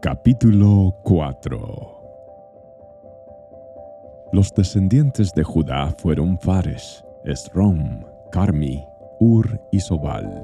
Capítulo 4. Los descendientes de Judá fueron Fares, Esrom, Carmi, Ur y Sobal.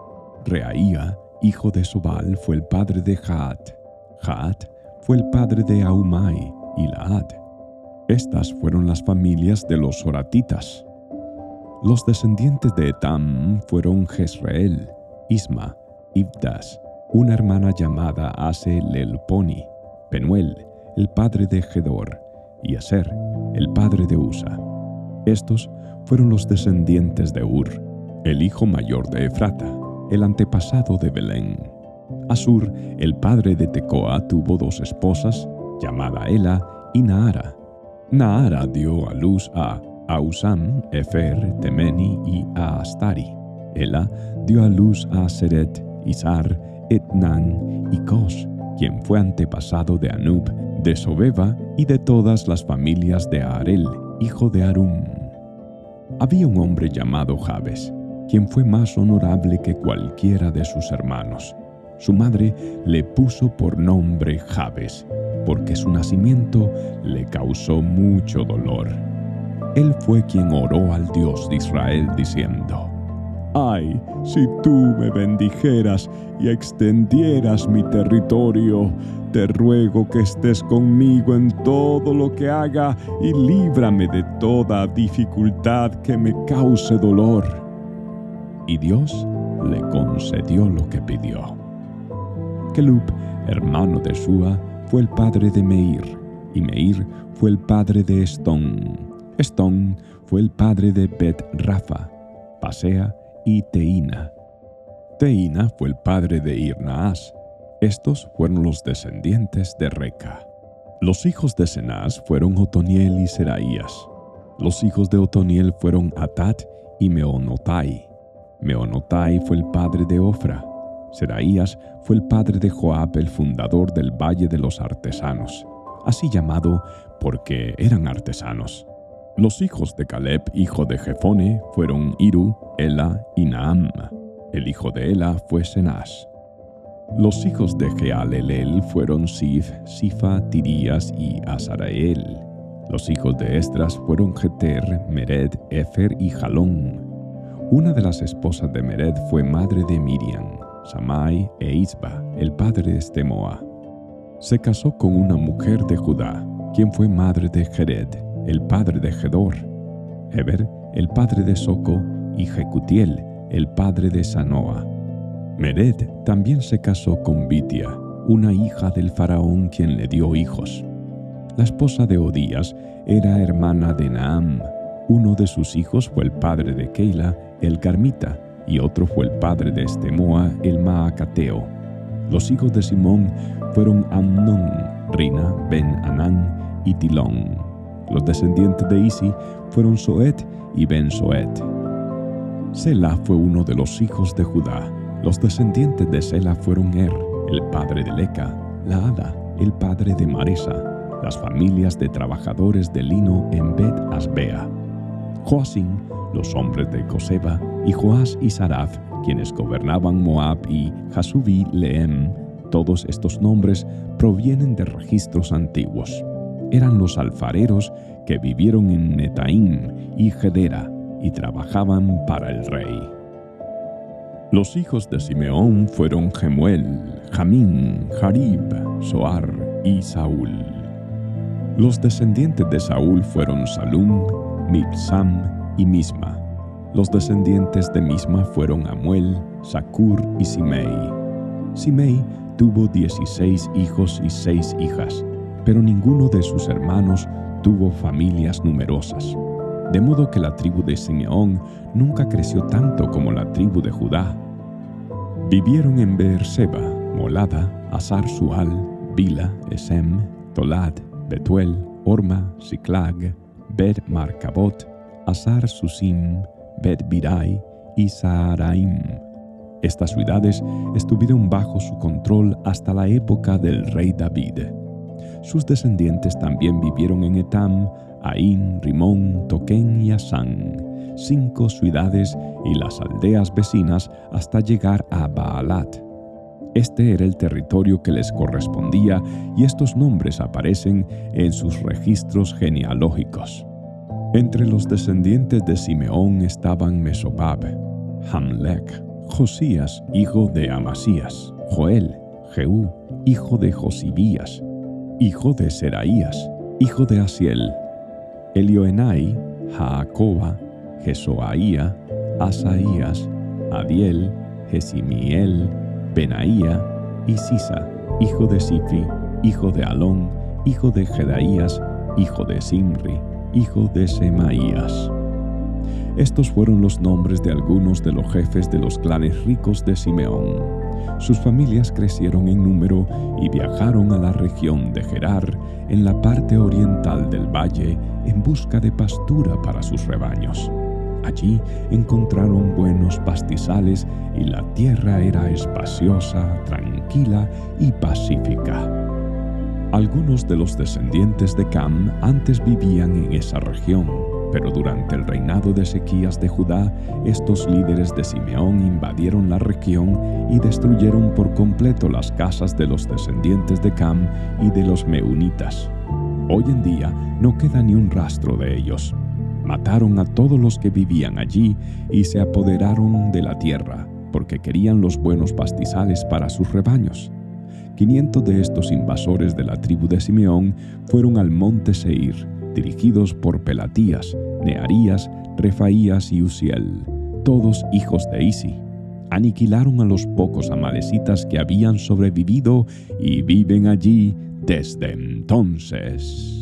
Reaía, hijo de Sobal, fue el padre de Jaat. Jaat fue el padre de Ahumai y Laad. Estas fueron las familias de los Zoratitas. Los descendientes de Etam fueron Jezreel, Isma, Ibdas, una hermana llamada Ase-Lelponi, Penuel, el padre de Gedor, y Aser, el padre de Usa. Estos fueron los descendientes de Ur, el hijo mayor de Efrata, el antepasado de Belén. Asur, el padre de Tecoa, tuvo dos esposas, llamada Ela y Naara. Naara dio a luz a Ahuzam, Efer, Temeni y a Astari. Ela dio a luz a Seret, Izar, Etnan y Cos, quien fue antepasado de Anub, de Sobeba y de todas las familias de Aarel, hijo de Arum. Había un hombre llamado Jabes, quien fue más honorable que cualquiera de sus hermanos. Su madre le puso por nombre Jabes, porque su nacimiento le causó mucho dolor. Él fue quien oró al Dios de Israel diciendo: «Ay, si tú me bendijeras y extendieras mi territorio, te ruego que estés conmigo en todo lo que haga y líbrame de toda dificultad que me cause dolor». Y Dios le concedió lo que pidió. Kelub, hermano de Sua, fue el padre de Meir, y Meir fue el padre de Estón. Estón fue el padre de Bet-Rafa, Pasea y Teína. Teína fue el padre de Irnaas. Estos fueron los descendientes de Reca. Los hijos de Cenaz fueron Otoniel y Seraías. Los hijos de Otoniel fueron Atat y Meonotai. Meonotai fue el padre de Ofra. Seraías fue el padre de Joab, el fundador del Valle de los Artesanos, así llamado porque eran artesanos. Los hijos de Caleb, hijo de Jefone, fueron Iru, Ela y Naam. El hijo de Ela fue Cenaz. Los hijos de Jealelel fueron Sif, Sifa, Tirías y Azarael. Los hijos de Esdras fueron Jeter, Mered, Efer y Jalón. Una de las esposas de Mered fue madre de Miriam, Samai e Isba, el padre de Estemoa. Se casó con una mujer de Judá, quien fue madre de Jered, el padre de Gedor, Heber, el padre de Soco, y Jecutiel, el padre de Sanoa. Mered también se casó con Bitia, una hija del faraón quien le dio hijos. La esposa de Odías era hermana de Naam. Uno de sus hijos fue el padre de Keila, el Carmita, y otro fue el padre de Estemoa, el Maacateo. Los hijos de Simón fueron Amnón, Rina, Ben-Anán y Tilón. Los descendientes de Isi fueron Soet y Ben-Soet. Sela fue uno de los hijos de Judá. Los descendientes de Sela fueron Er, el padre de Leca, Laada, el padre de Maresa, las familias de trabajadores de lino en Bet-Asbea, Joacim, los hombres de Coseba, y Joás y Saraf, quienes gobernaban Moab, y Jasubi-Lehem. Todos estos nombres provienen de registros antiguos. Eran los alfareros que vivieron en Netaim y Gedera y trabajaban para el rey. Los hijos de Simeón fueron Jemuel, Jamín, Jarib, Soar y Saúl. Los descendientes de Saúl fueron Salum, Mibsam y Misma. Los descendientes de Misma fueron Amuel, Zacur y Simei. Simei tuvo 16 hijos y 6 hijas, pero ninguno de sus hermanos tuvo familias numerosas. De modo que la tribu de Simeón nunca creció tanto como la tribu de Judá. Vivieron en Beerseba, Molada, Hazar-Sual, Bila, Esem, Tolad, Betuel, Orma, Siclag, Bet-Marcabot, Hazar-Susim, Bet-Birai y Saharaim. Estas ciudades estuvieron bajo su control hasta la época del rey David. Sus descendientes también vivieron en Etam, Ain, Rimón, Toquén y Asán, 5 ciudades y las aldeas vecinas hasta llegar a Baalat. Este era el territorio que les correspondía y estos nombres aparecen en sus registros genealógicos. Entre los descendientes de Simeón estaban Mesobab, Hamlec, Josías, hijo de Amasías, Joel, Jehú, hijo de Josibías, hijo de Seraías, hijo de Asiel, Elioenai, Jaacoba, Jesoaía, Asaías, Adiel, Jesimiel, Benaía y Sisa, hijo de Sifi, hijo de Alón, hijo de Jedaías, hijo de Simri, hijo de Semaías. Estos fueron los nombres de algunos de los jefes de los clanes ricos de Simeón. Sus familias crecieron en número y viajaron a la región de Gerar, en la parte oriental del valle, en busca de pastura para sus rebaños. Allí encontraron buenos pastizales y la tierra era espaciosa, tranquila y pacífica. Algunos de los descendientes de Cam antes vivían en esa región, pero durante el reinado de Ezequías de Judá, estos líderes de Simeón invadieron la región y destruyeron por completo las casas de los descendientes de Cam y de los meunitas. Hoy en día no queda ni un rastro de ellos. Mataron a todos los que vivían allí y se apoderaron de la tierra, porque querían los buenos pastizales para sus rebaños. 500 de estos invasores de la tribu de Simeón fueron al monte Seir, dirigidos por Pelatías, Nearías, Refaías y Uziel, todos hijos de Isi. Aniquilaron a los pocos amalecitas que habían sobrevivido y viven allí desde entonces.